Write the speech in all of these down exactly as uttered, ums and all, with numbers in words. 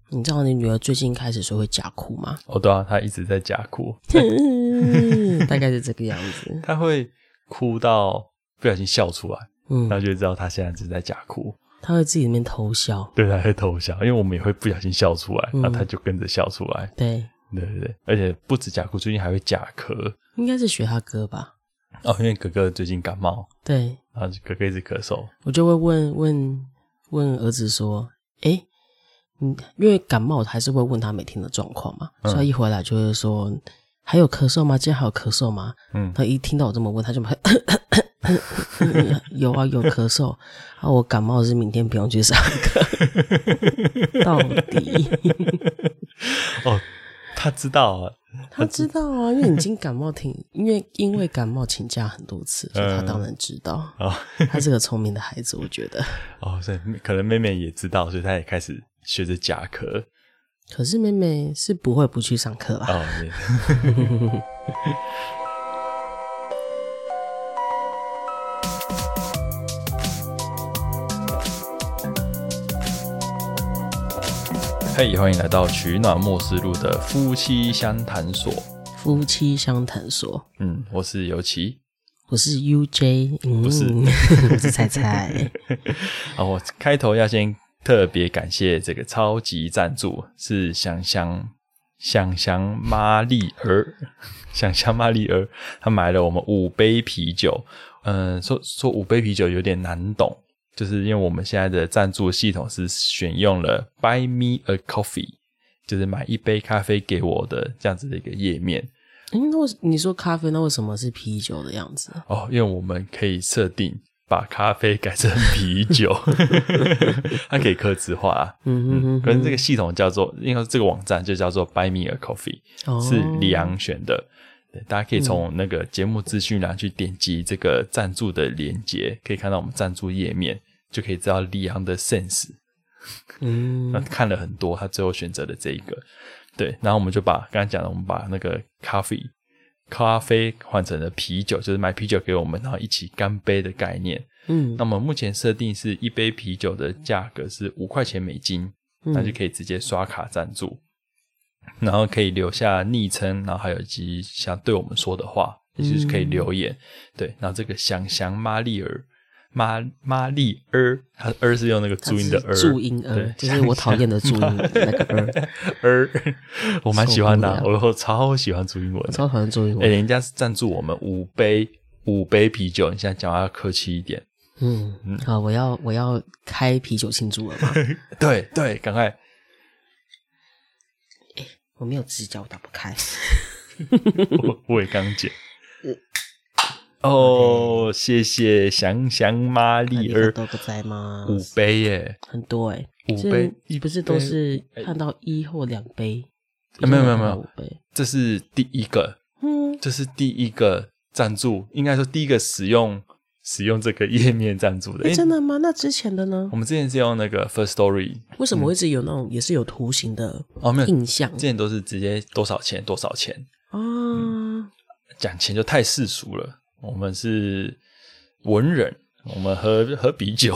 你知道你女儿最近开始说会假哭吗？ 哦，对啊，她一直在假哭， 大概是这个样子。 她会哭到不小心笑出来， 嗯， 然后就知道她现在只是在假哭。 她会自己在那边偷笑， 对，她会偷笑，因为我们也会不小心笑出来， 嗯、 然后她就跟着笑出来。 对， 对对对，而且不止假哭，最近还会假咳。 应该是学他哥吧？ 哦，因为哥哥最近感冒， 对， 然后哥哥一直咳嗽， 我就会问问问儿子说：“诶，嗯，因为感冒还是会问他每天的状况嘛，嗯、所以一回来就会说还有咳嗽吗？今天还有咳嗽吗？”嗯，他一听到我这么问，他就有啊，有咳嗽啊，我感冒是明天不用去上课，到底哦，他知道啊。 他知道啊，因为已经感冒挺，因为因为感冒请假很多次，所以他当然知道。嗯哦、他是个聪明的孩子，我觉得。哦， 所以可能妹妹也知道，所以她也开始学着假咳。 可是妹妹是不会不去上课吧？哦，对。 嘿，欢迎来到取暖末世录的夫妻相谈所。 夫妻相谈所， 嗯，我是尤其， 我是 U J， 嗯， 不是， 我是菜菜。 好，我开头要先特别感谢这个超级赞助，是香香香香玛丽儿，香香玛丽儿，他买了我们五杯啤酒。嗯、呃，说说五杯啤酒有点难懂。就是因为我们现在的赞助系统是选用了 Buy Me a Coffee， 就是买一杯咖啡给我的这样子的一个页面。 嗯，那你说咖啡，那为什么是啤酒的样子？ 哦，因为我们可以设定把咖啡改成啤酒，它可以客制化啊。嗯哼哼，可是这个系统叫做，因为这个网站就叫做 Buy Me a Coffee，哦、是李昂选的。对，大家可以从那个节目资讯栏去点击这个赞助的连结，可以看到我们赞助页面，就可以知道李昂的 sense。嗯，那看了很多，他最后选择的这一个。对，然后我们就把刚才讲的，我们把那个咖啡咖啡换成了啤酒，就是买啤酒给我们，然后一起干杯的概念。嗯，那么目前设定是一杯啤酒的价格是五块钱美金，嗯、那就可以直接刷卡赞助。然后可以留下昵称，然后还有以及想对我们说的话，也就是可以留言。嗯、对，然后这个香香玛丽儿，玛玛丽儿，它儿是用那个注音的儿， 注音儿，就是我讨厌的注音那个儿儿，我蛮喜欢的、啊，我超喜欢注英文， 超讨厌注英文。 哎、欸，人家是赞助我们五杯五杯啤酒，你现在讲话要客气一点。 嗯嗯，好，我要我要开啤酒庆祝了吗？ 对对，赶快。 我没有指甲，我打不开。 我我也刚剪。哦， okay. 謝謝香香瑪麗兒， 都不在嗎？ 五杯耶， 很多耶， 五杯， 不是都是看到一或兩杯？ 欸、沒有沒有沒有，這是第一個，嗯，這是第一個贊助，應該說第一個使用使用這個頁面贊助的。 欸、真的嗎？那之前的呢？ 我們之前是用那個 First Story， 為什麼會一直有那種、嗯、也是有圖形的哦？沒有印象， 之前都是直接多少錢多少錢啊、嗯，講錢就太世俗了。我們是文人，我們喝喝啤酒，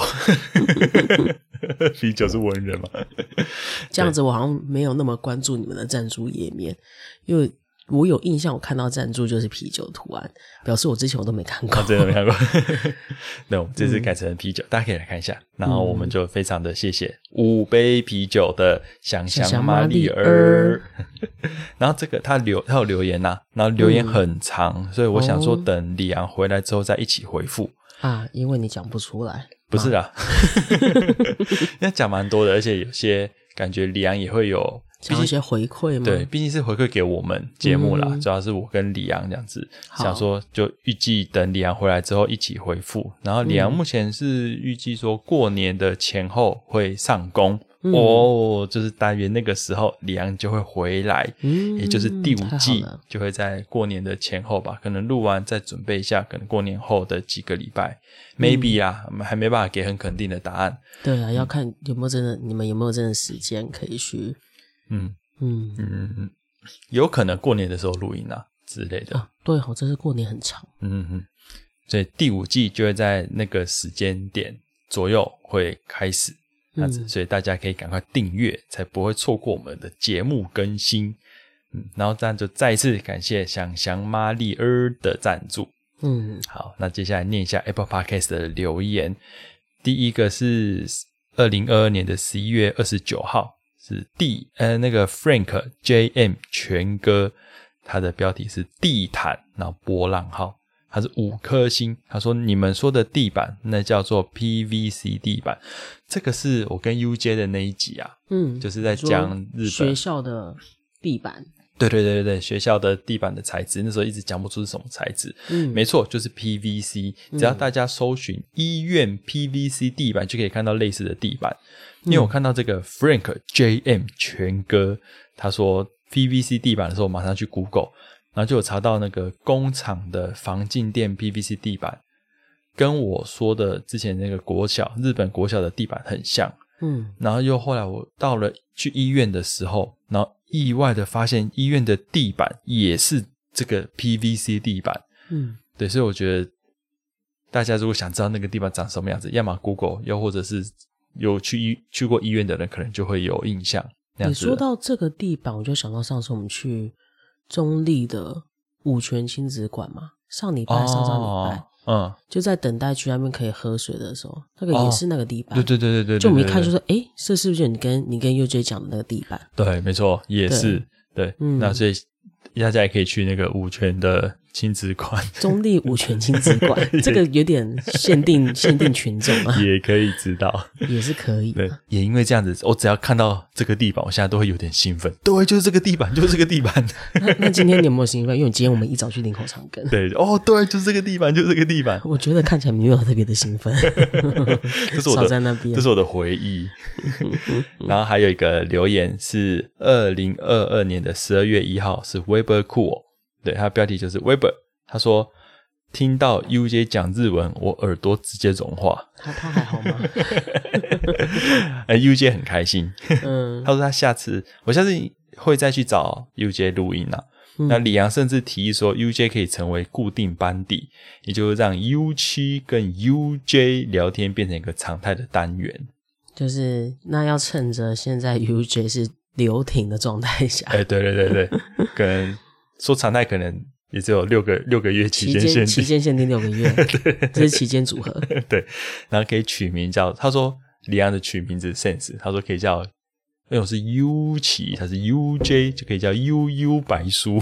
啤酒是文人嘛？ 這樣子我好像沒有那麼關注你們的贊助頁面，因為我有印象，我看到贊助就是啤酒圖案，表示我之前我都沒看過， 啊、真的沒看過。那我們這次改成啤酒、嗯，大家可以來看一下。然後我們就非常的謝謝五杯啤酒的香香瑪麗兒。然後這個他留他有留言啊，然後留言很長，嗯、所以我想說等李昂回來之後再一起回復啊，因為你講不出來。 不是啦，因為講蠻多的，而且有些感覺李昂也會有。 想一些回饋嗎？ 對，畢竟是回饋給我們節目啦、嗯，主要是我跟李昂這樣子，想說就預計等李昂回來之後一起回復。然後李昂目前是預計說過年的前後會上工、嗯、哦，就是大約那個時候李昂就會回來、嗯，也就是第五季就會在過年的前後吧，可能錄完再準備一下，可能過年後的幾個禮拜、嗯、maybe 啦，我們還沒辦法給很肯定的答案。 對啊，要看有沒有真的，你們有沒有真的時間可以去。 嗯嗯嗯，有可能過年的時候錄音啊之類的。 啊，對哦，這是過年很長。 嗯嗯，所以第五季就會在那個時間點左右會開始。 这样子、嗯、所以大家可以赶快订阅，才不会错过我们的节目更新。嗯，然后这样就再一次感谢想想玛丽儿的赞助。嗯，好，那接下来念一下 Apple Podcast 的留言。第一个是二零二二年的十一月二十九号，是地呃那个 Frank J M 全哥，他的标题是地毯，然后波浪号，他是五颗星。他说你们说的地板那叫做 P V C 地板，这个是我跟 U J 的那一集啊，嗯，就是在讲日本学校的地板。 对对对对，学校的地板的材质，那时候一直讲不出是什么材质。嗯，没错，就是 P V C。只要大家搜寻医院 P V C 地板，就可以看到类似的地板。因为我看到这个 Frank J M 全哥，他说 P V C 地板的时候，我马上去 Google， 然后就有查到那个工厂的防静电 P V C 地板，跟我说的之前那个国小日本国小的地板很像。嗯，然后又后来我到了去医院的时候，然后意外的发现医院的地板也是这个 P V C 地板。嗯，对，所以我觉得大家如果想知道那个地板长什么样子，要么 Google， 又或者是有去医去过医院的人可能就会有印象。 你说到这个地板，我就想到上次我们去中立的五泉亲子馆嘛，上礼拜、哦、上上礼拜嗯，就在等待区那边可以喝水的时候，那个也是那个地板。 哦、对对对对对， 就我们一看就说，诶，这是不是你跟你跟 U J 讲的那个地板？ 对，没错，也是。对，对嗯、那所以大家也可以去那个五泉的亲子馆， 中立五泉亲子馆，这个有点限定限定群众啊， 也可以知道， 也是可以。 对，也因为这样子，我只要看到这个地板，我现在都会有点兴奋。对，就是这个地板，就是这个地板。 那那今天你有没有兴奋？因为今天我们一早去林口长庚。 对，哦，对，就是这个地板，就是这个地板。 我觉得看起来没有特别的兴奋， 这是我的少在那边， 这是我的回忆。然后还有一个留言是二零二二年的十二月一号，是 Weber Cool。对，他的标题就是 Weber， 他说听到 U J 讲日文，我耳朵直接融化。 他他还好吗？ 欸、U J 很开心，嗯，他说他下次我下次会再去找 U J 录音啊。嗯、那李阳甚至提议说 U J 可以成为固定班底，也就是让 U 七跟 U J 聊天变成一个常态的单元。 就是那要趁着现在 U J 是留停的状态下， 哎、欸，对对对对，可能。说常态可能也只有六个六个月期间限定， 期间限定六个月，对，这是期间组合。 对，然后可以取名叫，他说李安的取名字 sense， 他说可以叫，因为我是 U 期，他是 U J， 就可以叫 U U 白书。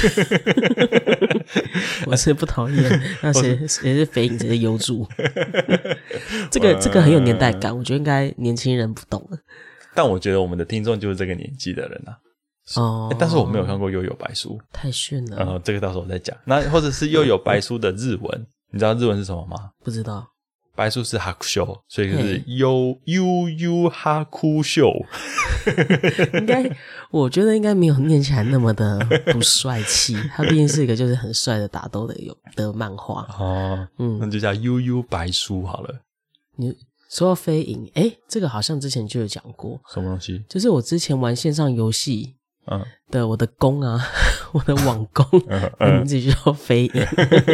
我是不讨厌，那谁谁是肥影，谁是优助。这个这个很有年代感，我觉得应该年轻人不懂了。 但我觉得我们的听众就是这个年纪的人啊。哦、欸，但是我没有看过幽游白书， 太炫了。 然后这个到时候我再讲。那或者是幽游白书的日文，你知道日文是什么吗？ 不知道。 白书是哈库秀，所以就是悠悠悠哈库秀。 应该，我觉得应该没有念起来那么的不帅气。它毕竟是一个就是很帅的打斗的有的漫画。哦， 嗯，那就叫悠悠白书好了。 你。说到飞影，诶，这个好像之前就有讲过。 什么东西？ 就是我之前玩线上游戏嗯的我的弓啊，我的网弓名字就叫飞影。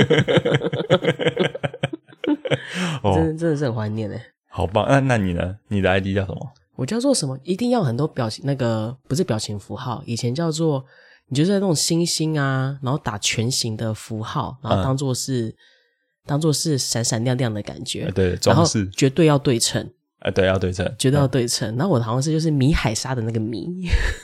哦、真的真的是很怀念诶。 好棒！那那你呢？你的 I D 叫什么？ 我叫做什么？一定要很多表情，那个不是表情符号，以前叫做你就是那种星星啊，然后打全形的符号，然后当做是。嗯当作是闪闪亮亮的感觉， 呃、对，装饰绝对要对称， 啊、呃，对，要对称， 绝对要对称。嗯、然后我好像是就是米海沙的那个米，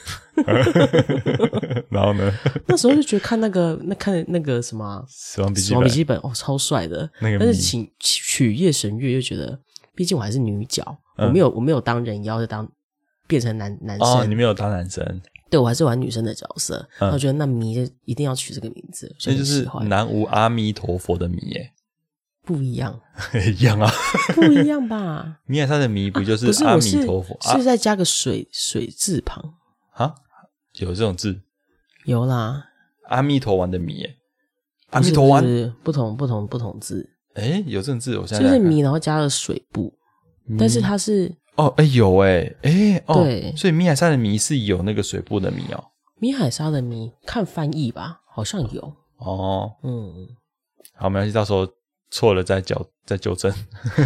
然后呢？ 那时候就觉得看那个那看那个什么、啊《 死亡笔记本》，死亡笔记本哦，超帅的。那个，但是取取夜神月又觉得，毕竟我还是女角，嗯、我没有我没有当人妖，就当变成男男生。 哦，你没有当男生。 对，我还是玩女生的角色，嗯、我觉得那迷就一定要取这个名字， 所以就是南无阿弥陀佛的弥耶。 不一样， 一样啊， 不一样吧？ 米海沙的弥不就是阿弥陀佛？ 啊、是, 是再加个水水字旁啊？有这种字？ 有啦， 阿弥陀丸的弥耶，阿弥陀丸是不同不同不同字。 诶，有这种字，我现在就是弥，然后加了水部，但是它是哦，诶有诶诶哦， 对， 所以米海沙的弥是有那个水部的弥哦。 米海沙的弥看翻译吧，好像有哦，嗯，好，没关系，到时候。 错了再矫再纠正。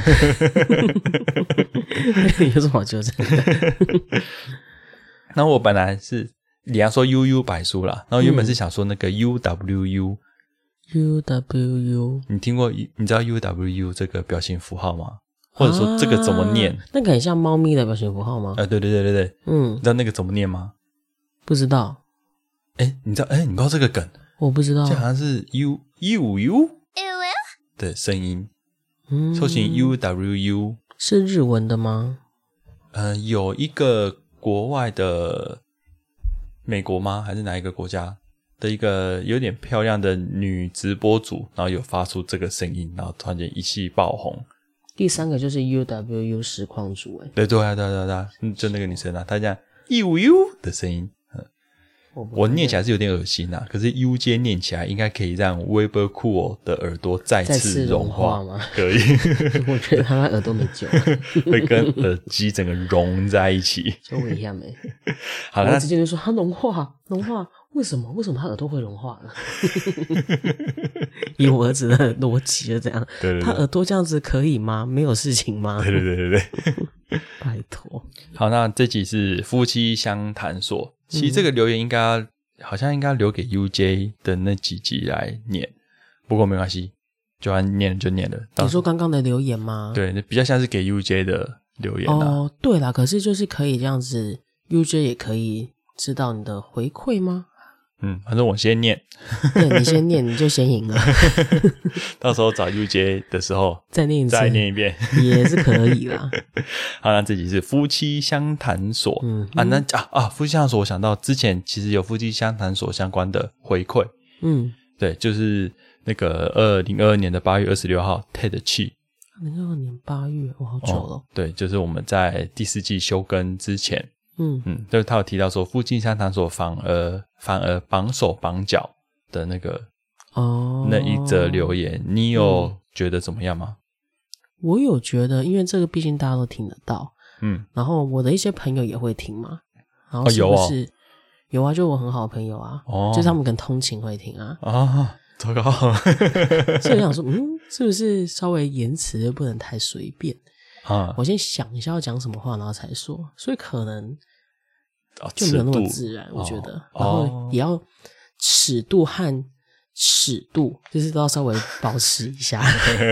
有什么好纠正的？ 然后我本来是李阳说 U U 白书啦，然后原本是想说那个 U W U、嗯、 U W U， 你听过你知道 U W U 这个表情符号吗？或者说这个怎么念？啊、 那个很像猫咪的表情符号吗？ 呃，对对对对对， 嗯， 你知道那个怎么念吗？ 不知道。 哎，你知道？哎，你不知道这个梗？ 我不知道。 这好像是 U U U 的声音，嗯，搜寻 U W U 是日文的吗？ 呃，有一个国外的美国吗？还是哪一个国家的一个有点漂亮的女直播主，然后有发出这个声音，然后突然间一气爆红。 第三个就是 U W U 实况主，哎， 对对啊对啊对啊，就那个女生啊，她这样 U U 的声音，嗯，我, 我念起来是有点恶心啊，可是 U 接念起来应该可以让 Weber Cool 的耳朵再次融化吗？ 可以， 我觉得他的耳朵没救， 会跟耳机整个融在一起。 就我一下没， 好了， 我直接就说它融化，融化，为什么？为什么他耳朵会融化呢？以我儿子的逻辑就这样， 对对对， 他耳朵这样子可以吗？没有事情吗？ 对对对对对， 拜托。 好，那这集是夫妻相谈所。其实这个留言应该、嗯、好像应该留给 U J 的那几集来念，不过没关系，就按念了就念了。 你说刚刚的留言吗？ 对，比较像是给 U J 的留言啊。 哦，对啦，可是就是可以这样子 ，U J 也可以知道你的回馈吗？ 嗯，反正我先念。 对，你先念，你就先赢了。 到时候找 U J 的时候再念一次， 再念一遍也是可以啦。 好，那这集是夫妻相谈所。嗯啊，那啊啊，夫妻相谈所，我想到之前其实有夫妻相谈所相关的回馈。嗯，对，就是那个二零二二年的八月二十六号 TED 气。 二零二二年八月，哇，好久了、哦。 对，就是我们在第四季休更之前。嗯嗯，就是他有提到说，夫妻相谈所反而反而绑手绑脚的那个哦那一则留言，你有觉得怎么样吗？ 我有觉得，因为这个毕竟大家都听得到，嗯，然后我的一些朋友也会听嘛，然后是不是、哦、有, 哦、有啊？就我很好的朋友啊，哦，就是他们跟通勤会听啊， 啊，糟糕， 所以我想说，嗯，是不是稍微言辞不能太随便？啊，我先想一下要讲什么话，然后才说，所以可能就没有那么自然，我觉得，哦、然后也要尺度和尺度，就是都要稍微保持一下。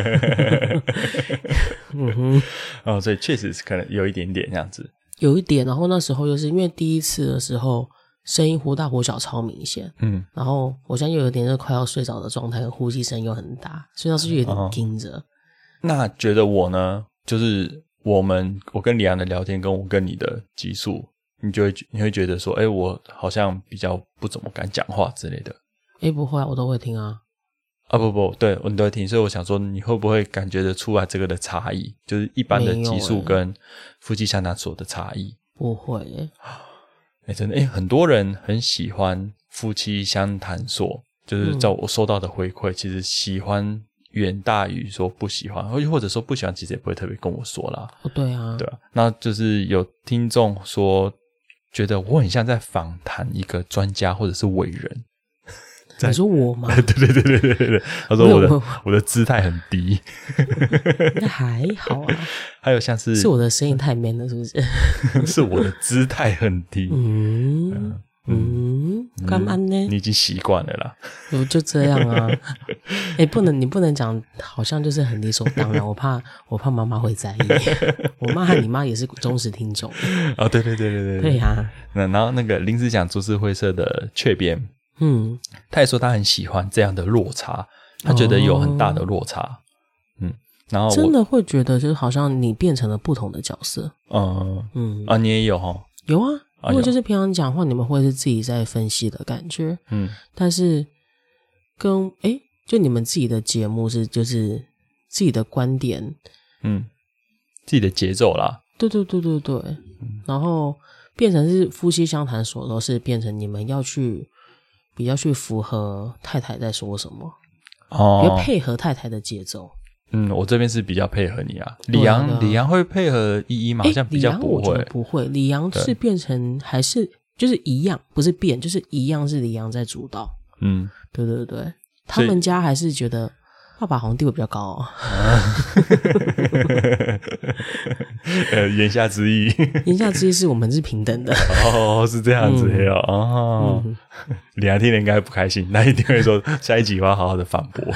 嗯哼，哦，所以确实是可能有一点点这样子， 有一点。然后那时候又是因为第一次的时候，声音忽大忽小超明显，嗯，然后我现在又有点是快要睡着的状态，呼吸声又很大，所以那时候有点惊着、哦。 那觉得我呢？就是我们我跟李安的聊天跟我跟你的集数，你就会你会觉得说，诶，我好像比较不怎么敢讲话之类的。 诶，不会啊，我都会听啊。 啊不不，对，我都会听，所以我想说你会不会感觉得出来这个的差异，就是一般的集数跟夫妻相谈所的差异？ 不会耶。 诶，真的，诶，很多人很喜欢夫妻相谈所，就是在我收到的回馈、嗯、其实喜欢远大于说不喜欢，或者说不喜欢其实也不会特别跟我说啦。 哦，对啊， 对啊，那就是有听众说觉得我很像在访谈一个专家或者是伟人。 你说我吗？ 对对对对对对，他说我的我我的姿态很低。 那还好啊。 还有像是是我的声音太 man 了，是不是？ 是我的姿态很低。嗯。嗯嗯，干嘛呢？ 你已经习惯了啦。 我就这样啊。欸，不能，你不能讲好像就是很理所当然，我怕我怕妈妈会在意。我妈和你妈也是忠实听众。 哦，对对对对对对啊。 那然后那个临时讲株式会社的雀边，嗯，他也说他很喜欢这样的落差，他觉得有很大的落差。哦、嗯，然后真的会觉得就是好像你变成了不同的角色。 嗯嗯啊，你也有齁？ 有啊。因为就是平常讲话，你们会是自己在分析的感觉，嗯，但是跟诶，就你们自己的节目是就是自己的观点， 嗯，自己的节奏啦， 对对对对对，嗯、然后变成是夫妻相谈所，都是变成你们要去比较去符合太太在说什么，哦，要配合太太的节奏。 嗯，我这边是比较配合你啊。李阳、啊啊、李阳会配合依依吗？好像比较不会。 李阳我觉得不会，李阳是变成还是就是一样，不是变，就是一样是李阳在主导。嗯，对对对，他们家还是觉得爸爸好像地位比较高哦。 呃，言下之意， 言下之意是我们是平等的。 哦，是这样子的哦。嗯、哦，李亚听了应该不开心，那一定会说下一集我要好好的反驳。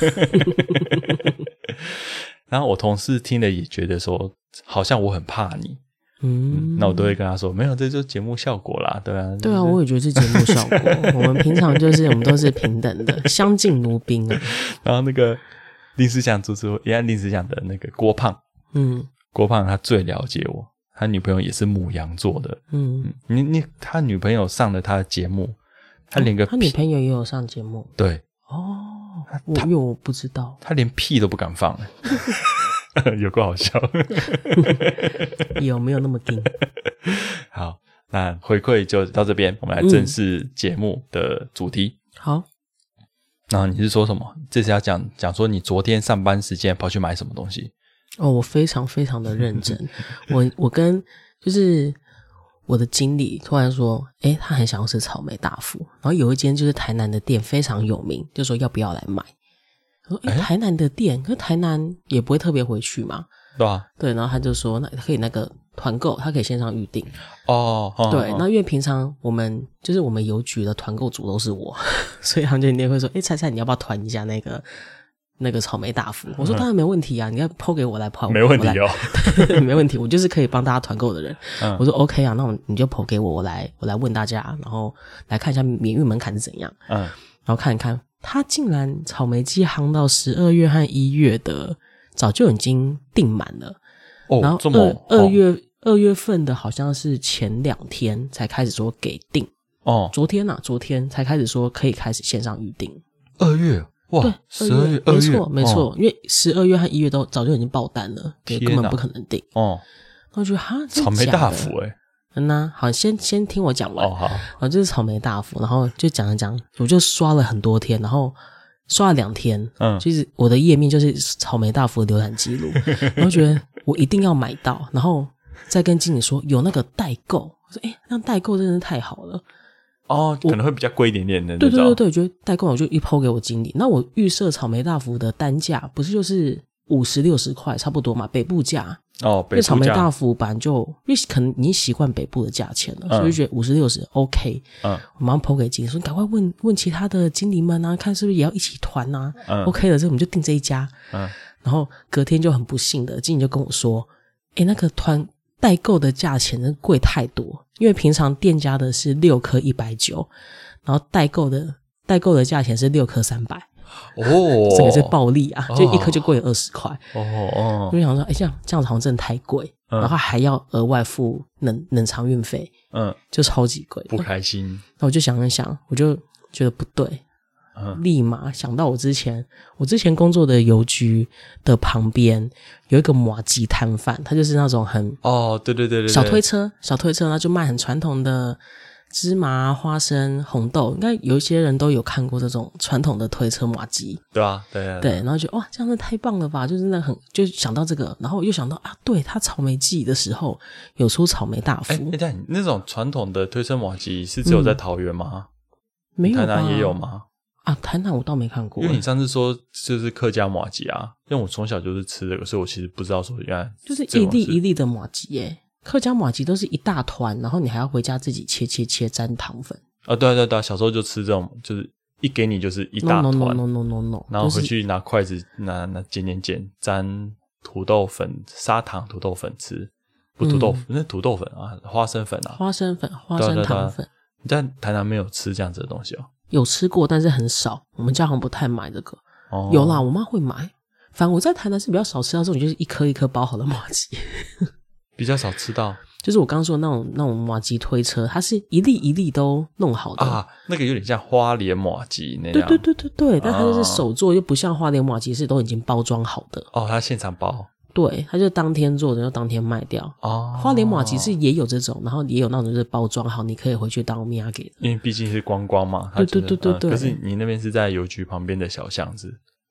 然后我同事听了也觉得说，好像我很怕你。嗯，那我都会跟他说，没有，这就是节目效果啦，对啊， 对啊，我也觉得是节目效果。我们平常就是我们都是平等的，相敬如宾啊。 然后那个林思祥主持，也按林思祥的那个郭胖，嗯，郭胖他最了解我，他女朋友也是牡羊座的，嗯，你你他女朋友上了他的节目，他连个、哦、 他女朋友也有上节目， 对， 哦，我因为我不知道， 他连屁都不敢放。有够好笑。 有没有那么硬？ 好，那回馈就到这边，我们来正式节目的主题。 嗯、好， 然后你是说什么？这是要讲讲说你昨天上班时间跑去买什么东西？ 哦，我非常非常的认真。我我跟就是我的经理突然说，诶，他很想要吃草莓大福，然后有一间就是台南的店非常有名，就说要不要来买。说诶台南的店，可是台南也不会特别回去嘛， 对啊， 对，然后他就说那可以那个团购，他可以线上预订哦， 对，那、哦、因为平常我们就是我们邮局的团购组都是我，所以他们就一定会说，诶菜菜你要不要团一下那个那个草莓大福？我说当然没问题啊，你要 po 给我来 po， 没问题哦， 没问题，我就是可以帮大家团购的人。嗯、我说 OK 啊，那我你就 po 给我，我来我来问大家，然后来看一下免运门槛是怎样，嗯，然后看一看。他竟然草莓季夯到十二月和一月的早就已经订满了， 哦， 然后这么二月二月份的好像是前两天才开始说给订哦，昨天啊，昨天才开始说可以开始线上预订。 二月哇，对，十二月， 没错没错，哦、因为十二月和一月都早就已经爆单了，根本不可能订哦。我觉得哈， 草莓大福哎、欸。 嗯呐、啊，好，先先听我讲完。 哦好， 啊，就是草莓大福，然后就讲一讲，我就刷了很多天，然后刷了两天，嗯，就是我的页面就是草莓大福的浏览记录，然后觉得我一定要买到，然后再跟经理说有那个代购，我说诶，那代购真的是太好了。 哦，可能会比较贵一点点的。 对对对对，我觉得代购我就一 po 给我经理，那我预设草莓大福的单价不是就是五十六十块差不多嘛，北部价。 哦，北部价，因为草莓大福版就因为可能你习惯北部的价钱了，嗯、所以就觉得五十六十 OK。嗯，我马上 po 给经理说，你赶快问问其他的经理们啊，看是不是也要一起团啊。嗯 ，OK 了，这我们就订这一家。嗯，然后隔天就很不幸的，经理就跟我说，诶，那个团代购的价钱真贵太多，因为平常店家的是六颗一百九十，然后代购的代购的价钱是六颗三百。哦，这个是暴利啊！就一颗就贵了二十块。哦哦，我就想说，哎、欸，这样这样好像真的太贵，嗯、然后还要额外付冷冷藏运费，嗯，就超级贵， 不开心。 那我就想一想，我就觉得不对，嗯，立马想到我之前我之前工作的邮局的旁边有一个麻糬摊贩，他就是那种很哦，对对对 对, 对， 小推车小推车，他就卖很传统的。芝麻、花生、红豆，应该有一些人都有看过这种传统的推车麻糬， 对啊，对啊， 对，然后觉得哇，这样子太棒了吧，就是那很就想到这个，然后又想到啊，对，他草莓季的时候有出草莓大福， 哎，但那种传统的推车麻糬是只有在桃园吗？嗯、 没有吧， 台南也有吗？ 啊，台南我倒没看过， 因为你上次说就是客家麻糬啊，因为我从小就是吃这个，所以我其实不知道说原来就是一粒一粒的麻糬耶。客家麻糬都是一大团，然后你还要回家自己切切切沾糖粉。 啊，对对对，小时候就吃这种，就是一给你就是一大团 ，no no no no no no， 然后回去拿筷子拿拿剪剪剪，沾土豆粉、砂糖土豆粉吃，不土豆粉，那、嗯、土豆粉啊，花生粉啊， 花生粉、花生糖粉。 你在台南没有吃这样子的东西哦？ 有吃过，但是很少，我们家好像不太买这个。哦，有啦，我妈会买。反正我在台南是比较少吃到这种，就是一颗一颗包好的麻糬。 比较少吃到， 就是我刚刚说的那种那种麻糬推车，它是一粒一粒都弄好的啊，那个有点像花莲麻糬那样。 对对对对对，但它就是手做，又不像花莲麻糬是都已经包装好的。 哦，它现场包。 对，它就当天做的，就当天卖掉。哦，花莲麻糬是也有这种，然后也有那种就是包装好，你可以回去当米亚给的。 因为毕竟是观光嘛。 对对对对对、 嗯。可是你那边是在邮局旁边的小巷子。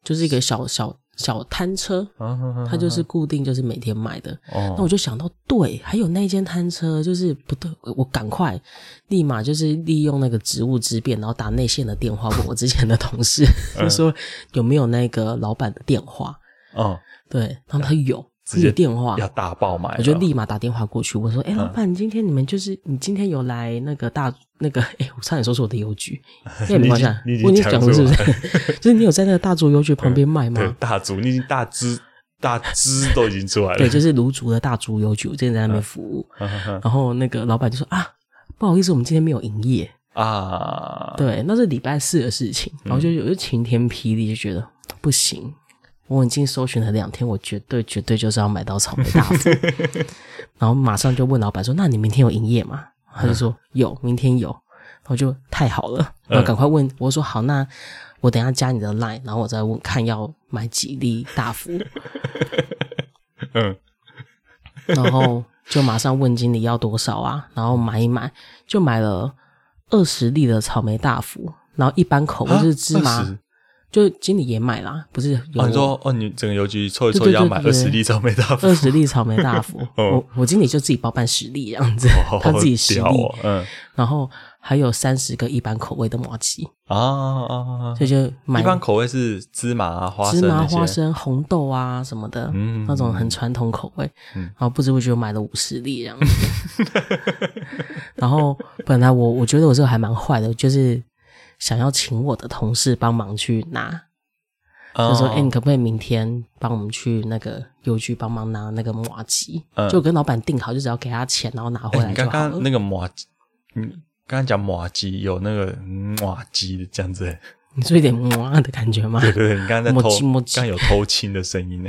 就是一个小小小摊车，它就是固定就是每天卖的。哦、那我就想到，对，还有那间摊车，就是不对，我赶快立马就是利用那个职务之便，然后打内线的电话问我之前的同事，就说有没有那个老板的电话。哦，对，然后他有。直接电话要大爆买， 我就立马打电话过去。我说：“哎、欸，老板，你今天你们就是你今天有来那个大那个？哎、欸，我差点说是我的邮局，因为没关系，我已经讲了是不是？就是你有在那个大竹邮局旁边卖吗？ 对，大竹，你已经大支大支都已经出来了。 对，就是芦竹的大竹邮局，我之前在那边服务。嗯、然后那个老板就说：啊，不好意思，我们今天没有营业啊。对，那是礼拜四的事情，然后就有晴天霹雳，就觉得不行。”我已经搜寻了两天，我绝对绝对就是要买到草莓大福，然后马上就问老板说：“那你明天有营业吗？”他就说：“有，明天有。”然后就太好了，然后赶快问我说：“好，那我等一下加你的 line， 然后我再问看要买几粒大福。”嗯，然后就马上问经理要多少啊，然后买一买，就买了二十粒的草莓大福，然后一般口味就是芝麻。就经理也买啦，不是有？ 哦，你说哦，你整个邮局凑一凑要买二十粒草莓大福， 二十粒草莓大福，哦、我我经理就自己包办十粒这样子，哦、他自己十粒，哦、嗯，然后还有三十个一般口味的麻糬啊啊，所以就买一般口味是芝麻啊、花生、 芝麻、花生、红豆啊什么的，嗯，那种很传统口味，嗯，然后不知不觉买了五十粒这样子，然后本来我我觉得我这个还蛮坏的，就是。想要请我的同事帮忙去拿，就、oh. 说：“哎、欸，你可不可以明天帮我们去那个邮局帮忙拿那个麻糬？嗯、就跟老板定好，就只要给他钱，然后拿回来就好了。欸”你刚刚那个麻糬，你刚刚讲麻糬有那个麻糬的这样子， 你说有点麻的感觉吗？ 对对对，你刚刚在偷，刚刚有偷亲的声音呢。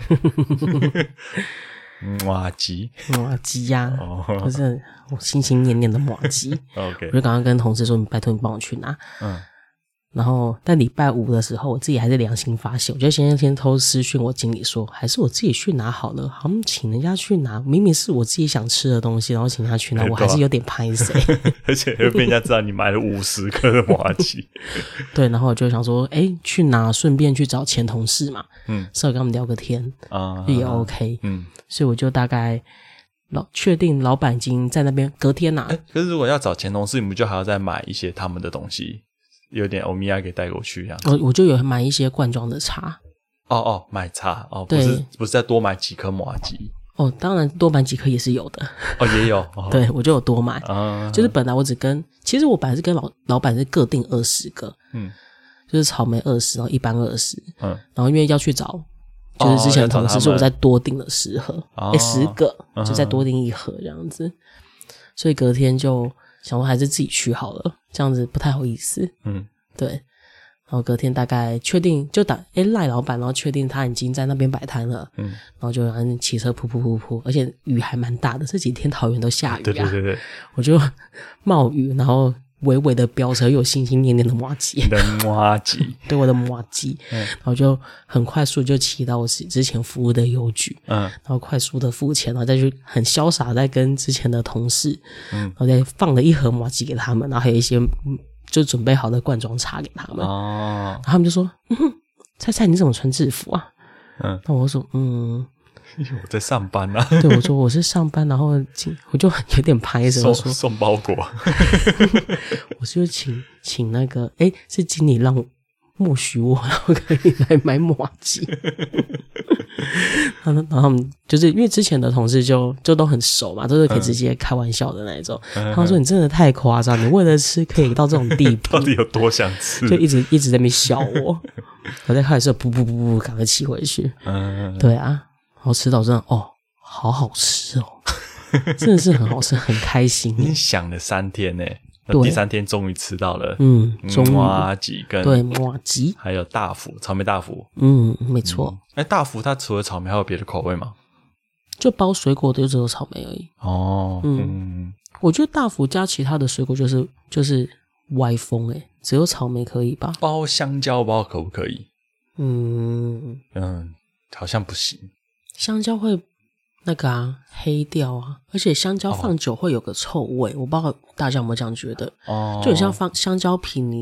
麻糬， 麻糬呀，就是我心心念念的麻糬。 OK， 我就刚刚跟同事说：“你拜托你帮我去拿。”嗯。然后在礼拜五的时候，我自己还是良心发现，我就先先偷私讯我经理说，还是我自己去拿好了。好，请人家去拿，明明是我自己想吃的东西，然后请他去拿，我还是有点拍谁。 而且会被人家知道你买了五十颗的麻糬。 对，然后我就想说，哎，去拿，顺便去找前同事嘛，嗯，稍微跟他们聊个天啊，也 OK，嗯，所以我就大概老确定老板已经在那边，隔天拿。 可是如果要找前同事，你们就还要再买一些他们的东西。有点欧米亚给带过去这样子， 我我就有买一些罐装的茶。 哦哦，买茶哦，不是不是再多买几颗麻糬。 哦，当然多买几颗也是有的。 哦，也有。哦、 对，我就有多买。啊、就是本来我只跟，其实我本来是跟老老板是各订二十个，嗯，就是草莓二十，然后一般二十，嗯，然后因为要去找，就是之前的同事，所以我再多订了十盒，哎、哦，十个，就再多订一盒这样子，所以隔天就。想说还是自己去好了，这样子不太好意思。嗯，对。然后隔天大概确定就打诶赖老板，然后确定他已经在那边摆摊了。嗯，然后就骑车噗噗噗噗，而且雨还蛮大的，这几天桃园都下雨啊。 对对对对， 我就冒雨，然后微微的飙车，又心心念念的麻糬。 你的麻糬， 对我的麻糬。嗯，然后就很快速就骑到我之前服务的邮局。嗯，然后快速的付钱，然后再去很潇洒再跟之前的同事，嗯，然后再放了一盒麻糬给他们，然后还有一些就准备好的罐装茶给他们。哦，然后他们就说：“嗯哼，菜菜你怎么穿制服啊？”嗯，那我说：“嗯。” 我在上班啊， 对，我说我是上班，然后我就有点拍着，我说送包裹， 我就请请那个，哎，是经理让默许我，然后可以来买麻糬。然后，然后他们就是因为之前的同事就就都很熟嘛，都是可以直接开玩笑的那一种。嗯、他说：“你真的太夸张，你为了吃可以到这种地步， 到底有多想吃？” 就一直一直在那边笑我。我在开始说：“不不不不，赶快骑回去。”嗯，对啊。然后吃到真的哦，好好吃哦，真的是很好吃，很开心。 你想了三天呢，第三天终于吃到了， 嗯， 麻糬跟对麻糬， 还有大福草莓大福， 嗯，没错。 哎、嗯，大福它除了草莓还有别的口味吗？ 就包水果的就只有草莓而已。哦，嗯，嗯我觉得大福加其他的水果就是就是歪风哎，只有草莓可以吧？ 包香蕉包可不可以？嗯嗯，好像不行。 香蕉会那个啊黑掉啊，而且香蕉放久会有个臭味，哦、我不知道大家有没有这样觉得哦，就很像放香蕉皮，你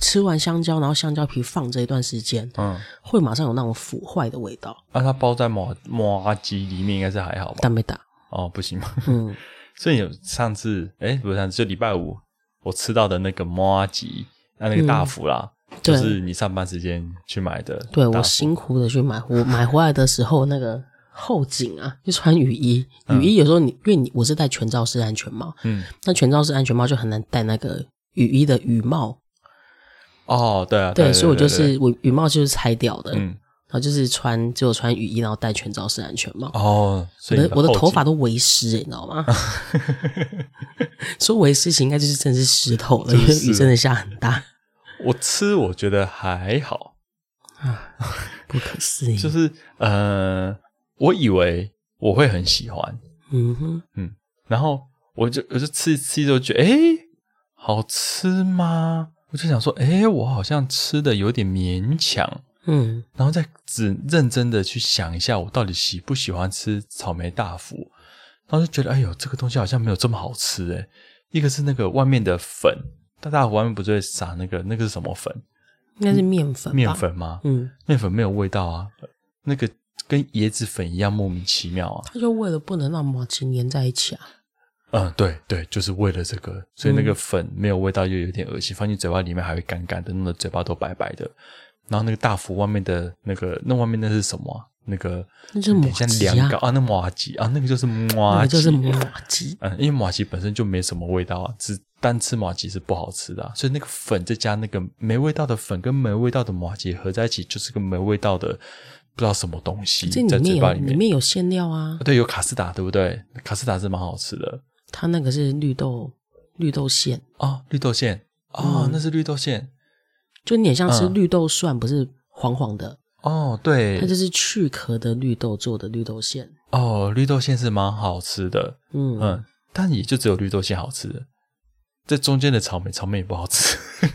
吃完香蕉，然后香蕉皮放这一段时间，嗯，会马上有那种腐坏的味道。 那、啊、它包在麻麻糬里面应该是还好吧？ 但没打哦，不行吗？嗯，所以有上次哎，不是上次就礼拜五我吃到的那个麻糬，那那个大福啦。嗯，就是你上班时间去买的， 对，我辛苦的去买，我买回来的时候那个后颈啊，就穿雨衣，雨衣有时候你因为你我是戴全罩式安全帽，嗯，那全罩式安全帽就很难戴那个雨衣的雨帽， 哦，对啊， 对， 对对对对对， 所以我就是我雨帽就是拆掉的，嗯，然后就是穿只有穿雨衣，然后戴全罩式安全帽， 哦，所以我的我的头发都为湿，你知道吗？说为湿，应该就是真的是湿透了，因为雨真的下很大。 我吃我觉得还好啊，不可思议。 就是呃，我以为我会很喜欢，嗯哼，嗯，然后我就我就吃一吃就觉得，诶，好吃吗？我就想说，诶，我好像吃的有点勉强，嗯，然后再只认真的去想一下，我到底喜不喜欢吃草莓大福，然后就觉得，哎呦，这个东西好像没有这么好吃诶。一个是那个外面的粉。大大外面不是会撒那个那个是什么粉？ 应该是面粉吧。 面粉吗？嗯，面粉没有味道啊，那个跟椰子粉一样莫名其妙啊。 他就为了不能让麻糬粘在一起啊。 嗯，对对，就是为了这个，所以那个粉没有味道又有点恶心，放进嘴巴里面还会干干的，弄得嘴巴都白白的。然后那个大福外面的那个，那外面那是什么、啊？那个那就是麻糬啊， 像凉糕啊，那麻糬啊，那个就是麻糬， 那个就是麻糬。 嗯，因为麻糬本身就没什么味道啊，只单吃麻糬是不好吃的、啊，所以那个粉再加那个没味道的粉跟没味道的麻糬合在一起，就是个没味道的不知道什么东西在嘴巴里面。 里面有馅料啊， 对，有卡士达，对不对？卡士达是蛮好吃的。 它那个是绿豆绿豆馅哦，绿豆馅哦、嗯，那是绿豆馅， 就有点像吃绿豆蒜，嗯、不是黄黄的。 哦，对， 它就是去壳的绿豆做的绿豆馅。 哦，绿豆馅是蛮好吃的，嗯嗯，但也就只有绿豆馅好吃的，这中间的草莓，草莓也不好吃。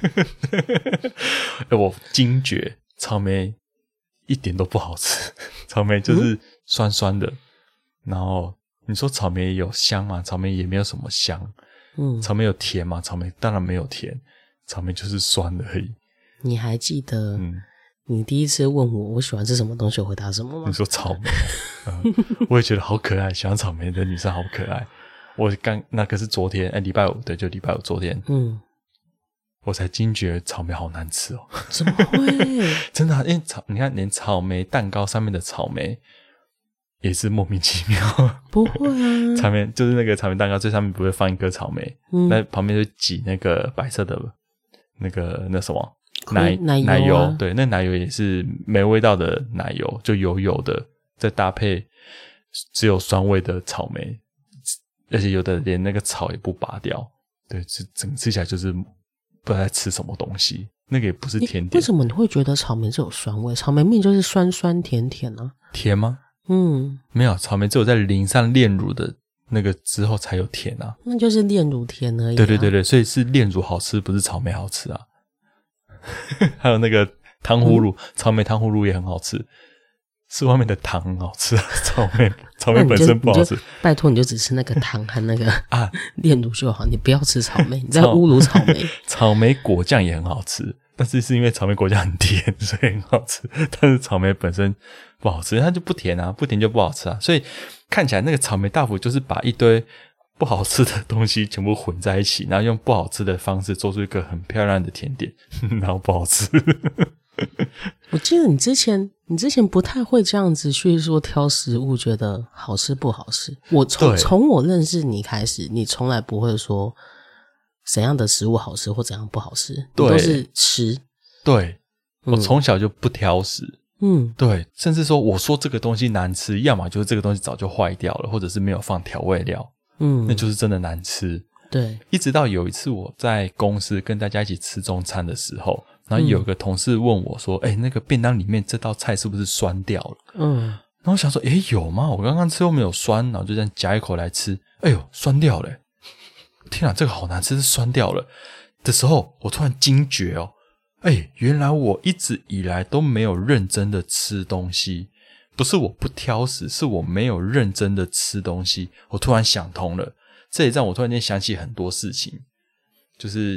我惊觉草莓一点都不好吃，草莓就是酸酸的，嗯、然后你说草莓有香吗？草莓也没有什么香，嗯，草莓有甜吗？草莓当然没有甜，草莓就是酸的而已。 你还记得？嗯。你第一次问我我喜欢吃什么东西，我回答什么吗？ 你说草莓、嗯、我也觉得好可爱，喜欢草莓的女生好可爱。我刚那可是昨天哎，礼拜五，对，就礼拜五昨天，嗯，我才惊觉草莓好难吃哦。 怎么会？ 真的、啊，因为草，你看连草莓蛋糕上面的草莓也是莫名其妙。 不会啊， 草莓就是那个草莓蛋糕最上面不会放一颗草莓，嗯，那旁边就挤那个白色的那个那什么。奶奶油、啊、 奶油，对，那奶油也是没味道的奶油，就油油的，再搭配只有酸味的草莓，而且有的连那个草也不拔掉，对，整个吃起来就是不知道在吃什么东西，那个也不是甜点。 为什么你会觉得草莓是有酸味？草莓明明就是酸酸甜甜啊。 甜吗？嗯，没有，草莓只有在淋上炼乳的那个之后才有甜啊。 那就是炼乳甜而已、啊。 对对对对，所以是炼乳好吃，不是草莓好吃啊。还有那个糖葫芦、嗯、草莓糖葫芦也很好吃，是外面的糖很好吃啊，草莓草莓本身不好吃。 拜托，你就只吃那个糖和那个啊炼乳就好，你不要吃草莓，你在侮辱草莓。 草莓果酱也很好吃，但是是因为草莓果酱很甜，所以很好吃。但是草莓本身不好吃，它就不甜啊，不甜就不好吃啊。所以看起来那个草莓大福就是把一堆不好吃的东西全部混在一起，然后用不好吃的方式做出一个很漂亮的甜点，然后不好吃。 我记得你之前你之前不太会这样子去说挑食物觉得好吃不好吃。我从从我认识你开始，你从来不会说怎样的食物好吃或怎样不好吃，你都是吃。 对，我从小就不挑食。嗯，对，甚至说我说这个东西难吃，要么就是这个东西早就坏掉了，或者是没有放调味料。嗯，那就是真的难吃。 对， 一直到有一次我在公司跟大家一起吃中餐的时候，然后有个同事问我说：“哎、嗯欸，那个便当里面这道菜是不是酸掉了？”嗯，然后我想说：“哎、欸，有吗？我刚刚吃又没有酸。”然后就这样夹一口来吃，哎呦，酸掉了！天啊，这个好难吃，是酸掉了的时候，我突然惊觉哦，哎、欸，原来我一直以来都没有认真的吃东西。不是我不挑食，是我没有认真的吃东西。我突然想通了，这也让我突然间想起很多事情，就是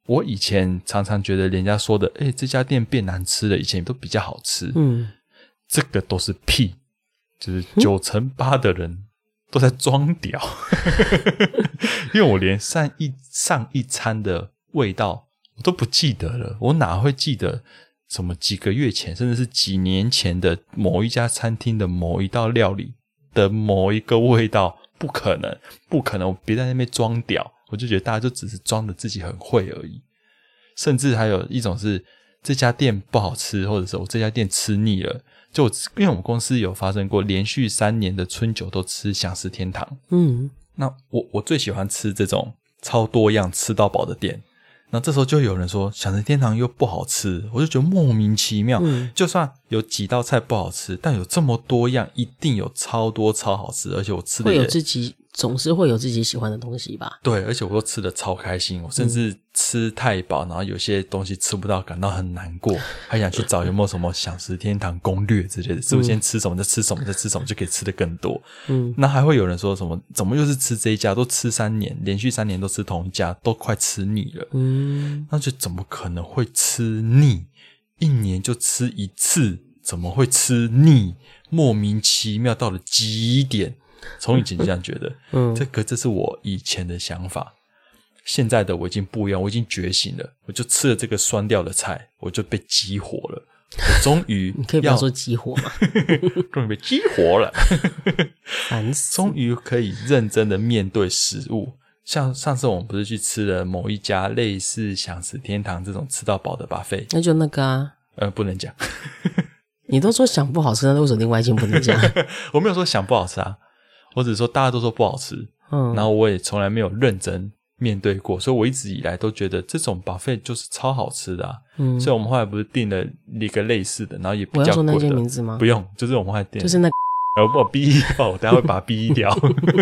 我以前常常觉得人家说的诶、欸、这家店变难吃了，以前都比较好吃，嗯，这个都是屁，就是九成八的人都在装屌因为我连上一上一餐的味道我都不记得了，我哪会记得什么几个月前甚至是几年前的某一家餐厅的某一道料理的某一个味道，不可能不可能，我别在那边装屌，我就觉得大家就只是装的自己很会而已。甚至还有一种是这家店不好吃，或者是我这家店吃腻了，就因为我们公司有发生过连续三年的春酒都吃享食天堂，嗯，那我我最喜欢吃这种超多样吃到饱的店，那这时候就有人说享食天堂又不好吃，我就觉得莫名其妙、嗯、就算有几道菜不好吃，但有这么多样一定有超多超好吃，而且我吃的也会有自己总是会有自己喜欢的东西吧。 对，而且我都吃得超开心，我甚至吃太饱、嗯、然后有些东西吃不到感到很难过，还想去找有没有什么享食天堂攻略之类的，是不是先吃什么再吃什么再吃什么就可以吃得更多。嗯，那还会有人说什么怎么又是吃这一家，都吃三年连续三年都吃同一家，都快吃腻了。嗯，那就怎么可能会吃腻，一年就吃一次怎么会吃腻，莫名其妙到了极点。从以前就这样觉得，嗯，这个这是我以前的想法，现在的我已经不一样，我已经觉醒了，我就吃了这个酸掉的菜，我就被激活了，我终于你可以不要说激活吗？ 终于被激活了， 烦死！ 终于可以认真的面对食物。像上次我们不是去吃了某一家类似享食天堂这种吃到饱的 buffet， 那就那个啊， 呃，不能讲。 你都说想不好吃，那为什么另外一间不能讲？ 我没有说想不好吃啊。我只是说大家都说不好吃，嗯，然后我也从来没有认真面对过，所以我一直以来都觉得这种 buffet 就是超好吃的啊，嗯，所以我们后来不是订了一个类似的，然后也比较贵的。我要说那间名字吗？不用，就是我们后来订， 就是那个， 然后把我逼，我等一下会把它逼掉。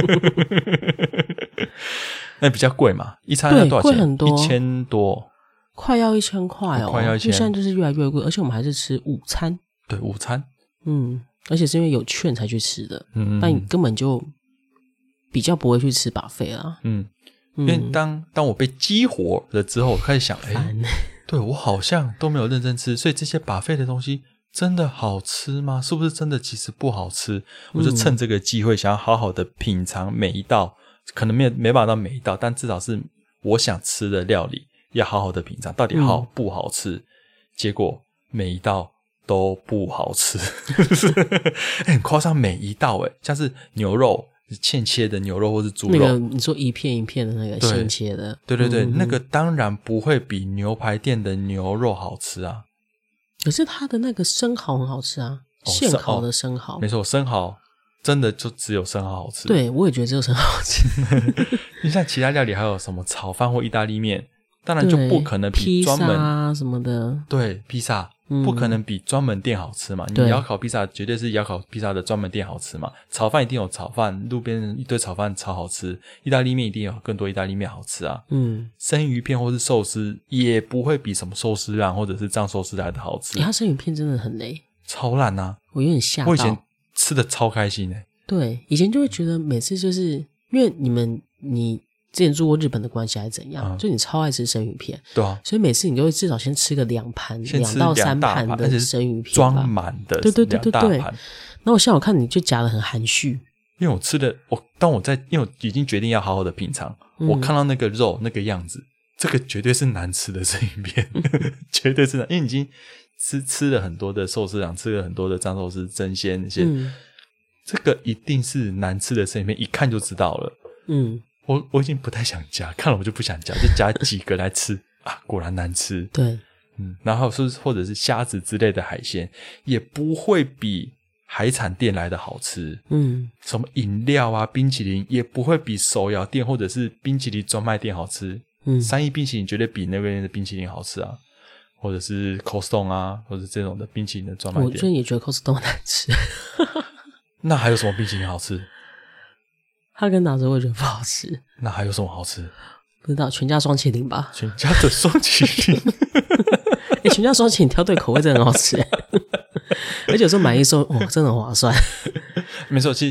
那比较贵嘛，一餐要多少钱？ 贵很多， 一千多， 快要一千块哦， 快要一千。 现在就是越来越贵，而且我们还是吃午餐， 对，午餐， 嗯。而且是因为有券才去吃的，嗯，但你根本就比较不会去吃 buffet 啦。 嗯，因为当当我被激活了之后，我开始想，哎、欸，对我好像都没有认真吃，所以这些 buffet 的东西真的好吃吗？是不是真的其实不好吃？我就趁这个机会，想要好好的品尝每一道，可能没没办法到每一道，但至少是我想吃的料理，要好好的品尝，到底好不好吃？嗯、结果每一道都不好吃，欸、很夸张，每一道诶，像是牛肉现切的牛肉或是猪肉， 那个你说一片一片的那个现切的， 对对对，嗯、那个当然不会比牛排店的牛肉好吃啊。 可是它的那个生蚝很好吃啊，哦、现烤的生蚝， 哦、没错，生蚝真的就只有生蚝好吃。 对，我也觉得只有生蚝好吃。 你像其他料理还有什么炒饭或意大利面，当然就不可能比专门披萨啊什么的， 对，披萨。不可能比专门店好吃嘛，你窑烤披萨绝对是窑烤披萨的专门店好吃嘛，炒饭一定有炒饭，路边一堆炒饭超好吃，意大利面一定有更多意大利面好吃啊，嗯，生鱼片或是寿司也不会比什么寿司郎或者是藏寿司来的好吃。 欸，它生鱼片真的很雷， 超烂啊， 我有点吓到， 我以前吃的超开心欸。 对，以前就会觉得每次就是因为你们你之前住过日本的关系还是怎样，嗯、就你超爱吃生鱼片， 对啊， 所以每次你就会至少先吃个两盘，两到三盘的生鱼片， 装满的， 对对对对对。那我现在我看你就夹得很含蓄， 因为我吃的，我当我在，因为我已经决定要好好的品尝，嗯、我看到那个肉那个样子，这个绝对是难吃的生鱼片，绝对是难，因为你已经吃吃了很多的寿司郎，吃了很多的藏寿司、真鲜那些，嗯、这个一定是难吃的生鱼片，一看就知道了，嗯。我我已经不太想夹，看了我就不想夹，就夹几个来吃啊，果然难吃。 对， 嗯，然后是或者是虾子之类的海鲜，也不会比海产店来的好吃。嗯，什么饮料啊、冰淇淋也不会比手摇店或者是冰淇淋专卖店好吃。嗯，三一冰淇淋绝对比那边的冰淇淋好吃啊，或者是 Cold Stone 啊，或者这种的冰淇淋的专卖店。 我最近也觉得 Cold Stone 难吃。 那还有什么冰淇淋好吃？ 哈根达斯我也觉得不好吃。 那还有什么好吃？ 不知道，全家双麒麟吧。 全家的双麒麟。 欸，全家双麒麟挑对口味真的很好吃。而且有时候买一送，哇，真的很划算。 没错，其实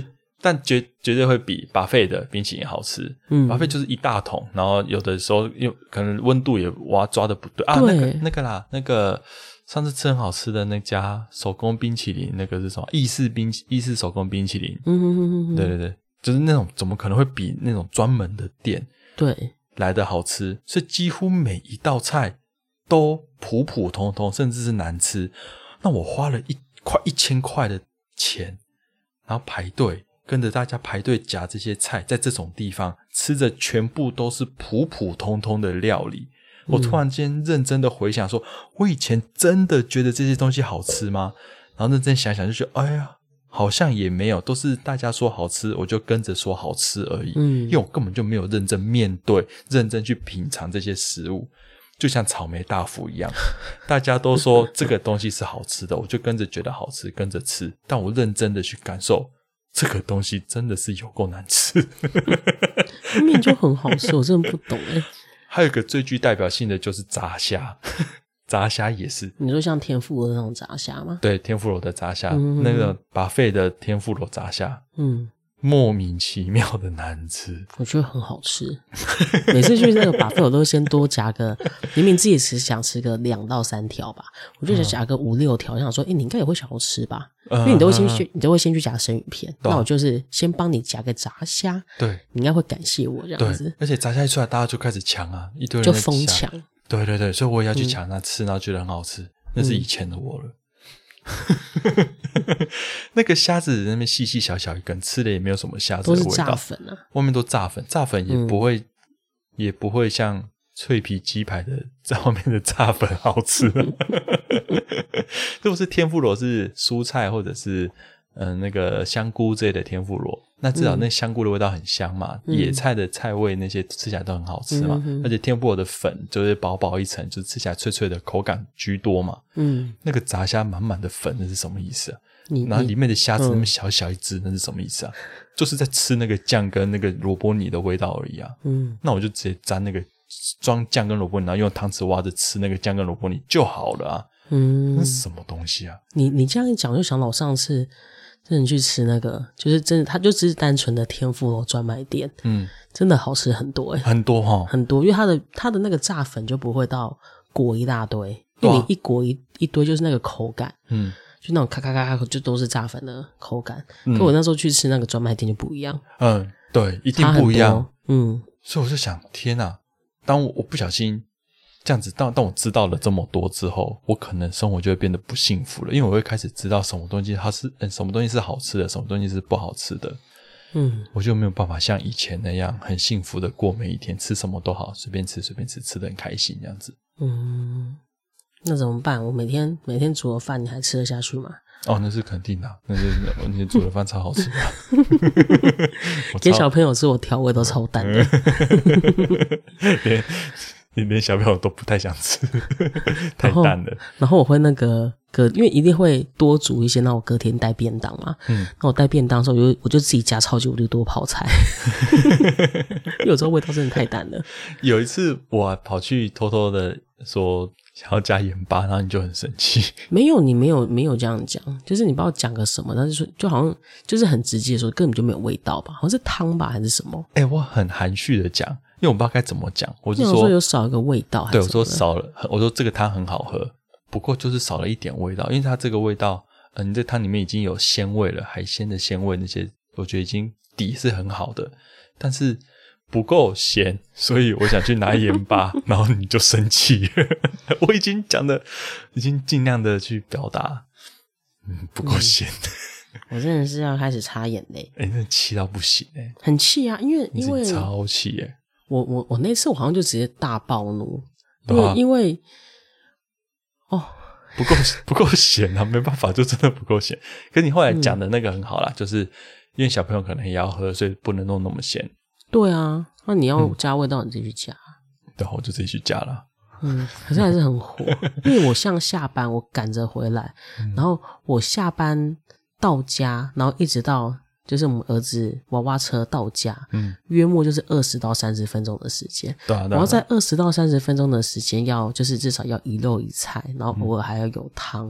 但绝绝对会比 buffet 的冰淇淋好吃。嗯 buffet 就是一大桶，然后有的时候又可能温度也哇抓的不对啊，那个那个啦，那个上次吃很好吃的那家手工冰淇淋，那个是什么？意式冰意式手工冰淇淋。嗯嗯嗯嗯，对对对，就是那种怎么可能会比那种专门的店对来的好吃？所以几乎每一道菜都普普通通，甚至是难吃。那我花了一快一千块的钱，然后排队跟着大家排队夹这些菜，在这种地方吃着全部都是普普通通的料理，嗯、我突然间认真的回想说，我以前真的觉得这些东西好吃吗？然后认真想想就觉得，哎呀，好像也没有，都是大家说好吃，我就跟着说好吃而已。嗯，因为我根本就没有认真面对，认真去品尝这些食物。就像草莓大福一样，大家都说这个东西是好吃的，我就跟着觉得好吃，跟着吃。但我认真的去感受，这个东西真的是有够难吃。 明明就很好吃，我真的不懂欸。 还有一个最具代表性的就是炸虾，炸虾也是。 你说像天妇罗那种炸虾吗？ 对，天妇罗的炸虾，嗯、那个buffet的天妇罗炸虾，嗯。莫名其妙的难吃， 我觉得很好吃。每次去那个buffet我都先多夹个，明明自己只想吃个两到三条吧，我就想夹个五六条，想说，哎、欸，你应该也会想要吃吧？嗯、因为你都会先去，嗯、你都会先去夹生鱼片，嗯、那我就是先帮你夹个炸虾， 对， 你应该会感谢我这样子。 而且炸虾一出来，大家就开始抢啊，一堆人就疯抢。 对对对，所以我也要去抢它吃，然后觉得很好吃，那是以前的我了。那个虾子那边细细小小一根，吃的也没有什么虾子的味道， 都是炸粉啊， 外面都炸粉，炸粉也不会、嗯、也不会像脆皮鸡排的在外面的炸粉好吃。如果是天妇罗是蔬菜或者是嗯、呃、那个香菇之类的天妇罗，那至少那香菇的味道很香嘛、嗯、野菜的菜味那些吃起来都很好吃嘛、嗯、而且天妇罗的粉就是薄薄一层，就吃起来脆脆的，口感居多嘛。嗯，那个炸虾满满的粉那是什么意思啊？然后里面的虾子那么小小一只、嗯、那是什么意思啊？就是在吃那个酱跟那个萝卜泥的味道而已啊。嗯，那我就直接沾那个装酱跟萝卜泥，然后用汤匙挖着吃那个酱跟萝卜泥就好了啊。嗯，那是什么东西啊？ 你你这样一讲，就想到我上次真的去吃那个，就是真的，它就只是单纯的天妇罗专卖店，嗯，真的好吃很多欸， 很多齁， 很多，因为它的它的那个炸粉就不会到裹一大堆，因为你一裹一一堆就是那个口感，嗯，就那种咔咔咔咔就都是炸粉的口感。嗯，可我那时候去吃那个专卖店就不一样， 嗯，对，一定不一样，嗯，所以我就想，天哪，当我我不小心。这样子，当当我知道了这么多之后，我可能生活就会变得不幸福了，因为我会开始知道什么东西它是、嗯、什么东西是好吃的，什么东西是不好吃的。嗯，我就没有办法像以前那样很幸福的过每一天，吃什么都好，随便吃随便吃，吃得很开心这样子。嗯， 那怎么办？我每天每天煮的饭你还吃得下去吗？ 哦，那是肯定的，那是我你煮的饭超好吃的。 给小朋友吃，我调味都超淡的。 连你连小朋友都不太想吃，太淡了。然后, 然后我会那个隔，因为一定会多煮一些，那我隔天带便当嘛。嗯，那我带便当的时候，我就我就自己加超级无敌多泡菜，因为有时候味道真的太淡了。 有一次我跑去偷偷的说想要加盐巴，然后你就很生气。 没有，你没有没有这样讲，就是你不知道讲个什么，但是说就好像就是很直接的说，根本就没有味道吧，好像是汤吧还是什么？ 哎、欸，我很含蓄的讲。因为我不知道该怎么讲，我就说， 说有少一个味道还是什么的， 对，我说少了，我说这个汤很好喝，不过就是少了一点味道，因为它这个味道，嗯、呃，你这汤里面已经有鲜味了，海鲜的鲜味那些，我觉得已经底是很好的，但是不够咸，所以我想去拿盐巴，然后你就生气，我已经讲的，已经尽量的去表达，嗯，不够咸。 嗯，我真的是要开始擦眼泪， 哎、欸，那气到不行哎、欸， 很气啊，因为因为超气哎、欸。 我我我那次我好像就直接大暴怒，因为、啊、因为哦不够不够咸啊，没办法，就真的不够咸。可是你后来讲的那个很好啦，嗯、就是因为小朋友可能也要喝，所以不能弄那么咸。对啊，那你要加味道，你自己去加。 嗯、对，我就自己去加了。 嗯，可是还是很火，因为我像下班我赶着回来，嗯、然后我下班到家，然后一直到。就是我们儿子娃娃车到家，嗯，约莫就是二十到三十分钟的时间。 对啊，对啊， 然后在二十到三十分钟的时间要，就是至少要一肉一菜，然后偶尔还要有汤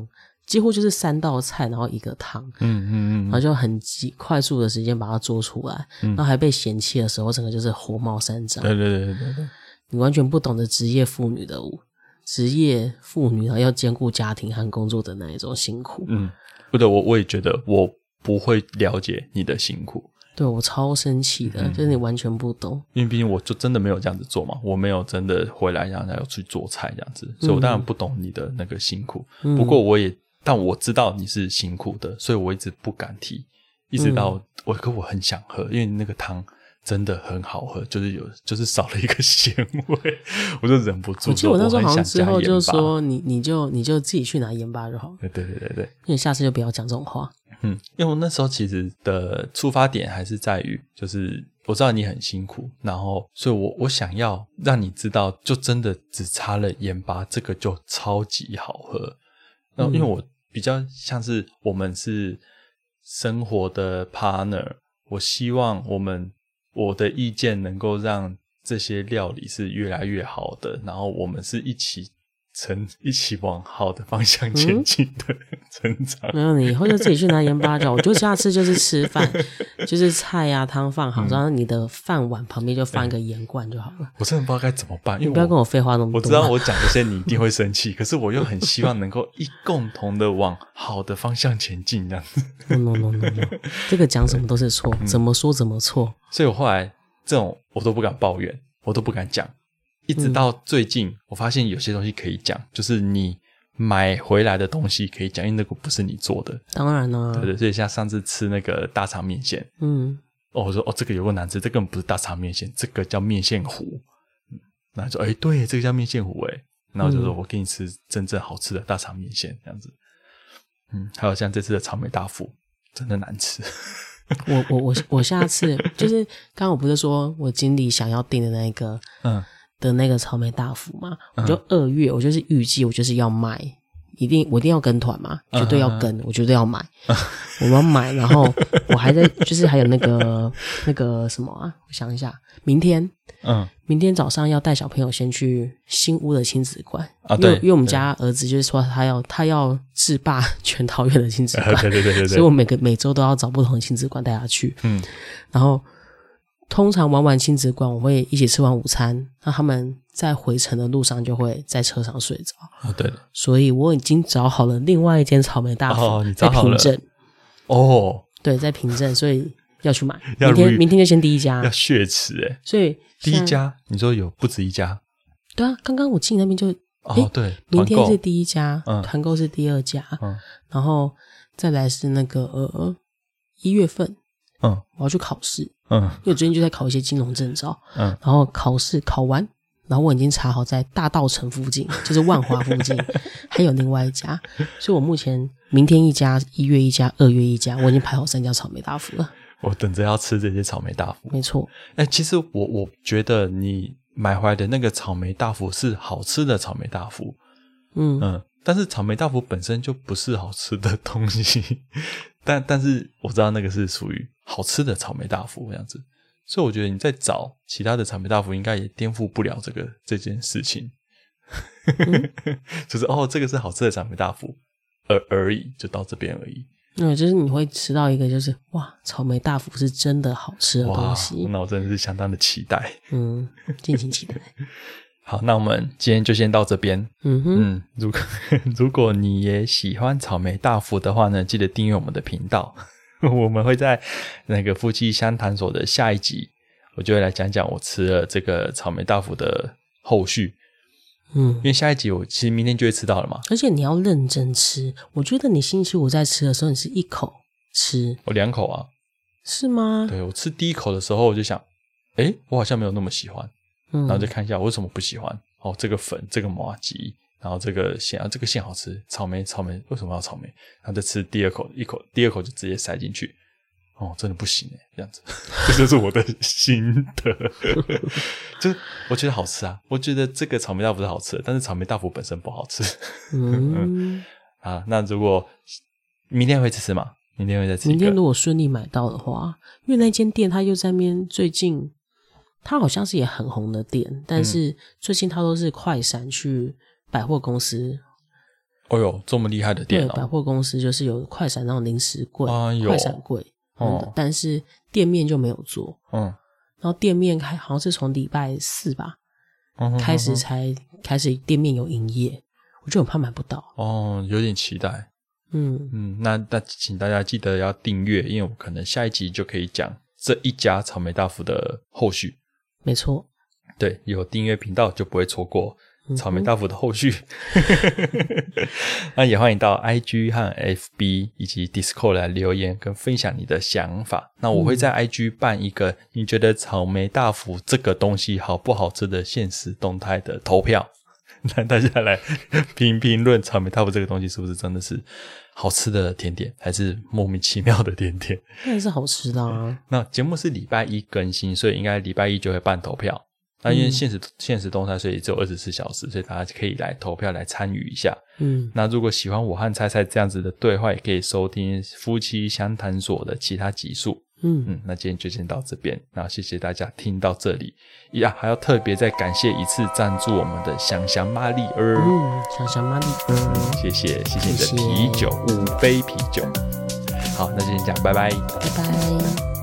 几乎就是三道菜然后一个汤， 嗯嗯嗯， 然后就很急快速的时间把它做出来，嗯、然后还被嫌弃的时候整个就是火冒三丈。 对对对对对， 你完全不懂得职业妇女的职业妇女然后要兼顾家庭和工作的那一种辛苦。 嗯，不对，我我也觉得我不会了解你的辛苦。 对，我超生气的、嗯、就是你完全不懂， 因为毕竟我就真的没有这样子做嘛，我没有真的回来让人家去做菜这样子，所以我当然不懂你的那个辛苦、嗯、不过我也但我知道你是辛苦的，所以我一直不敢提，一直到、嗯、我可我很想喝，因为那个汤真的很好喝，就是有就是少了一个咸味，我就忍不住。 我记得我那时候好像之后就说你你就你就自己去拿盐巴就好了。 对对对对对， 你下次就不要讲这种话。 嗯，因为我那时候其实的出发点还是在于，就是我知道你很辛苦，然后所以我我想要让你知道，就真的只差了盐巴，这个就超级好喝。然后因为我比较像是我们是生活的 partner， 我希望我们我的意见能够让这些料理是越来越好的，然后我们是一起成一起往好的方向前进的、嗯、成长。 没有，你以后就自己去拿盐巴就好。我就下次就是吃饭，就是菜啊汤放好、嗯，然后你的饭碗旁边就放一个盐罐就好了。 我真的不知道该怎么办，因为你不要跟我废话那么多。 我知道我讲这些你一定会生气，可是我又很希望能够一共同的往好的方向前进这样子。 no no no no no， 这个讲什么都是错、嗯，怎么说怎么错。 所以我后来这种我都不敢抱怨，我都不敢讲。一直到最近、嗯、我发现有些东西可以讲，就是你买回来的东西可以讲，因为那个不是你做的。 当然啦、啊， 对对，所以像上次吃那个大肠面线，嗯，哦，我说哦这个有够难吃，这根本不是大肠面线，这个叫面线糊。嗯，然后说哎对，这个叫面线糊哎，然后就说、嗯、我给你吃真正好吃的大肠面线这样子。嗯，还有像这次的草莓大福真的难吃。 我我我我下次就是刚刚我不是说我经理想要订的那个嗯。的那个草莓大福嘛，我就二月、嗯、我就是预计我就是要买，一定我一定要跟团嘛，绝对要跟、嗯、我绝对要买、嗯、我要买，然后我还在就是还有那个那个什么啊，我想一下，明天嗯，明天早上要带小朋友先去新屋的亲子馆啊，对，因为因为我们家儿子就是说他要他要制霸全桃园的亲子馆，对对对对，所以我每个每周都要找不同的亲子馆带他去，嗯，然后通常玩完亲子馆我会一起吃完午餐，那他们在回程的路上就会在车上睡着。 哦，对， 所以我已经找好了另外一间草莓大福、 哦、你找好了在平镇。 哦， 对，在平镇，所以要去买。明天明天就先第一家， 要血池耶。 所以第一家你说有不止一家？ 对啊，刚刚我进那边就哦，对， 明天是第一家， 嗯， 团购是第二家， 嗯， 然后再来是那个呃一月份， 嗯， 我要去考试。 嗯， 因为我最近就在考一些金融证照， 嗯， 然后考试考完，然后我已经查好在大稻埕附近，就是万华附近，还有另外一家，所以我目前明天一家，一月一家，二月一家，我已经排好三家草莓大福了。 我等着要吃这些草莓大福。 没错， 哎、欸，其实我我觉得你买回来的那个草莓大福是好吃的草莓大福，嗯嗯，但是草莓大福本身就不是好吃的东西，但但是我知道那个是属于好吃的草莓大福这样子，所以我觉得你在找其他的草莓大福应该也颠覆不了这个这件事情，嗯、就是哦，这个是好吃的草莓大福而而已，就到这边而已。 对，就是你会吃到一个就是哇，草莓大福是真的好吃的东西， 那我真的是相当的期待。 嗯，敬请期待。 好，那我们今天就先到这边。 嗯哼， 嗯，如果如果你也喜欢草莓大福的话呢，记得订阅我们的频道。我们会在那个夫妻相谈所的下一集，我就会来讲讲我吃了这个草莓大福的后续。嗯，因为下一集我其实明天就会吃到了嘛。 而且你要认真吃，我觉得你星期五在吃的时候，你是一口吃， 我两口啊。 是吗？ 对，我吃第一口的时候我就想，诶，我好像没有那么喜欢，嗯，然后就看一下我为什么不喜欢。哦，这个粉，这个麻糬，然后这个馅啊，这个馅好吃，草莓草莓为什么要草莓？然后再吃第二口，一口第二口就直接塞进去，哦，真的不行耶，这样子，这就是我的心得。就我觉得好吃啊，我觉得这个草莓大福是好吃的，但是草莓大福本身不好吃。嗯，啊，那如果明天会吃吗？明天会再吃一个。 明天如果顺利买到的话，因为那间店它又在那边最近。它好像是也很红的店，但是最近它都是快闪去百货公司哦哟，这么厉害的店哦！ 对，百货公司就是有快闪那种零食柜、 哎、 快闪柜、嗯哦，但是店面就没有做。嗯，然后店面开好像是从礼拜四吧、嗯、开始才开始店面有营业，我就很怕买不到。 哦，有点期待。嗯嗯，那那请大家记得要订阅，因为我可能下一集就可以讲这一家草莓大福的后续。 没错， 对，有订阅频道就不会错过草莓大福的后续。那也欢迎到 I G 和 F B 以及 Discord 来留言跟分享你的想法。那我会在 I G 办一个你觉得草莓大福这个东西好不好吃的限时动态的投票，让大家来评评论草莓大福这个东西是不是真的是好吃的甜点，还是莫名其妙的甜点。 当然是好吃的啊。 那节目是礼拜一更新，所以应该礼拜一就会办投票。那因为限时限时动态，所以只有二十四小时，所以大家可以来投票来参与一下。嗯，那如果喜欢我和菜菜这样子的对话，也可以收听夫妻相谈所的其他集数。嗯嗯，那今天就先到这边，那谢谢大家听到这里呀，还要特别再感谢一次赞助我们的香香玛丽儿。 嗯，香香玛丽儿， 谢谢谢谢你的啤酒，五杯啤酒。好，那就先讲，拜拜， 拜拜。